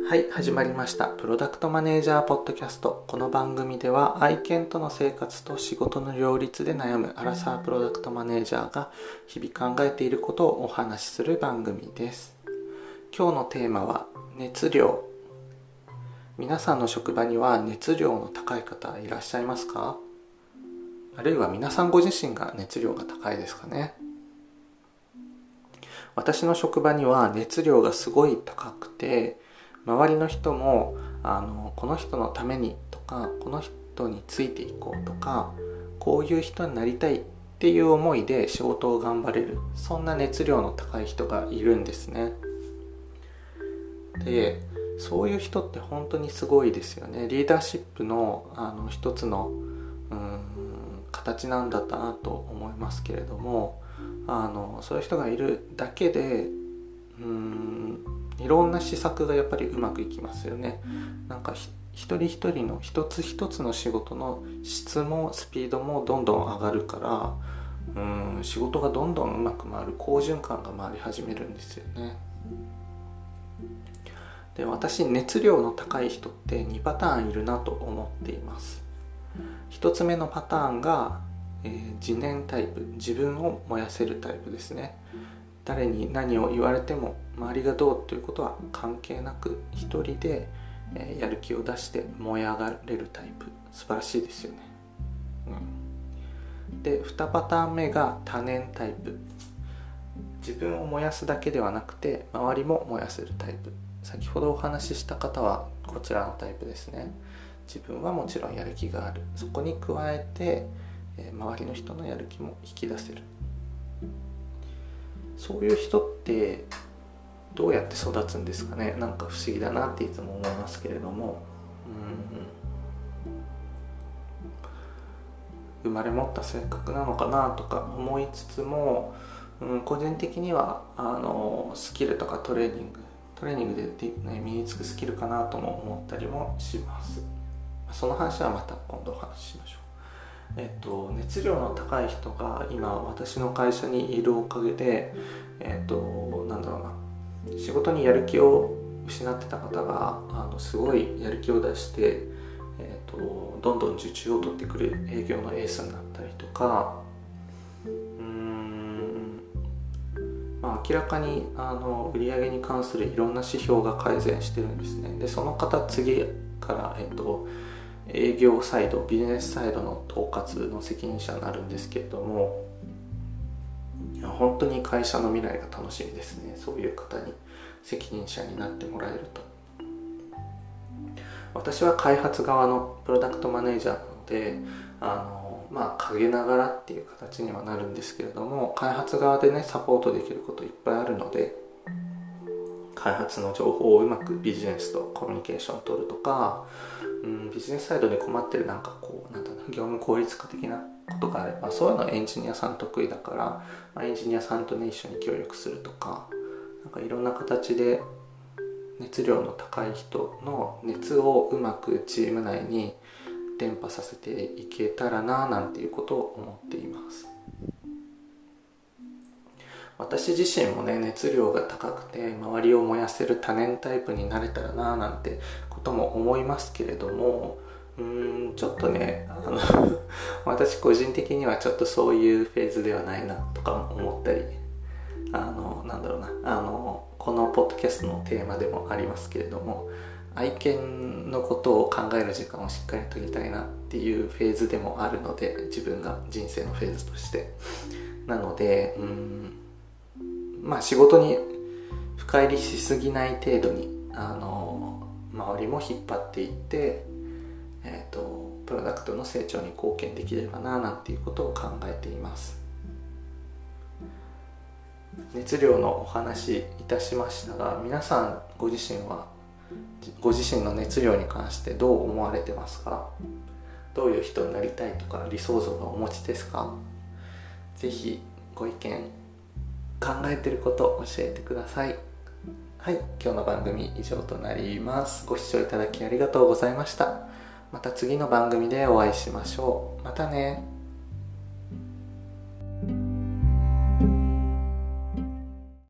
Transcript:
はい、始まりました。プロダクトマネージャーポッドキャスト。この番組では愛犬との生活と仕事の両立で悩むアラサープロダクトマネージャーが日々考えていることをお話しする番組です。今日のテーマは熱量。皆さんの職場には熱量の高い方いらっしゃいますか？あるいは皆さんご自身が熱量が高いですかね？私の職場には熱量がすごい高くて、周りの人もこの人のためにとか、この人についていこうとか、こういう人になりたいっていう思いで仕事を頑張れる、そんな熱量の高い人がいるんですね。で、そういう人って本当にすごいですよね。リーダーシップの一つの形なんだったなと思いますけれども、そういう人がいるだけでいろんな施策がやっぱりうまくいきますよね。なんか一人一人の一つ一つの仕事の質もスピードもどんどん上がるから、仕事がどんどんうまく回る、好循環が回り始めるんですよね。で、私熱量の高い人って2パターンいるなと思っています。1つ目のパターンが、自燃タイプ、自分を燃やせるタイプですね。誰に何を言われても周りがどうということは関係なく一人でやる気を出して燃え上がれるタイプ、素晴らしいですよね。で、2パターン目が多燃タイプ、自分を燃やすだけではなくて周りも燃やせるタイプ。先ほどお話しした方はこちらのタイプですね。自分はもちろんやる気がある、そこに加えて周りの人のやる気も引き出せる。そういう人ってどうやって育つんですかね。なんか不思議だなっていつも思いますけれども、生まれ持った性格なのかなとか思いつつも、個人的にはスキルとかトレーニングで身につくスキルかなとも思ったりもします。その話はまた今度お話ししましょう。熱量の高い人が今私の会社にいるおかげで、仕事にやる気を失ってた方がすごいやる気を出して、どんどん受注を取ってくる営業のエースになったりとか、明らかに売上に関するいろんな指標が改善してるんですね。で、その方次から、営業サイド、ビジネスサイドの統括の責任者になるんですけれども、本当に会社の未来が楽しみですね。そういう方に責任者になってもらえると。私は開発側のプロダクトマネージャーなので陰ながらっていう形にはなるんですけれども、開発側でねサポートできることいっぱいあるので、開発の情報をうまくビジネスとコミュニケーションを取るとか、ビジネスサイドで困ってる業務効率化的なことがあれば、そういうのエンジニアさん得意だから、エンジニアさんとね一緒に協力するとか、いろんな形で熱量の高い人の熱をうまくチーム内に伝播させていけたらななんていうことを思っています。私自身もね熱量が高くて周りを燃やせる多燃タイプになれたらななんてことも思いますけれども、ちょっとね私個人的にはちょっとそういうフェーズではないなとかも思ったり、このポッドキャストのテーマでもありますけれども、愛犬のことを考える時間をしっかり取りたいなっていうフェーズでもあるので、自分が人生のフェーズとしてなので、仕事に深入りしすぎない程度に周りも引っ張っていって、プロダクトの成長に貢献できればななんていうことを考えています。熱量のお話いたしましたが、皆さんご自身はご自身の熱量に関してどう思われてますか？どういう人になりたいとか理想像がお持ちですか？ぜひご意見、考えてること教えてください。はい、今日の番組以上となります。ご視聴いただきありがとうございました。また次の番組でお会いしましょう。またね。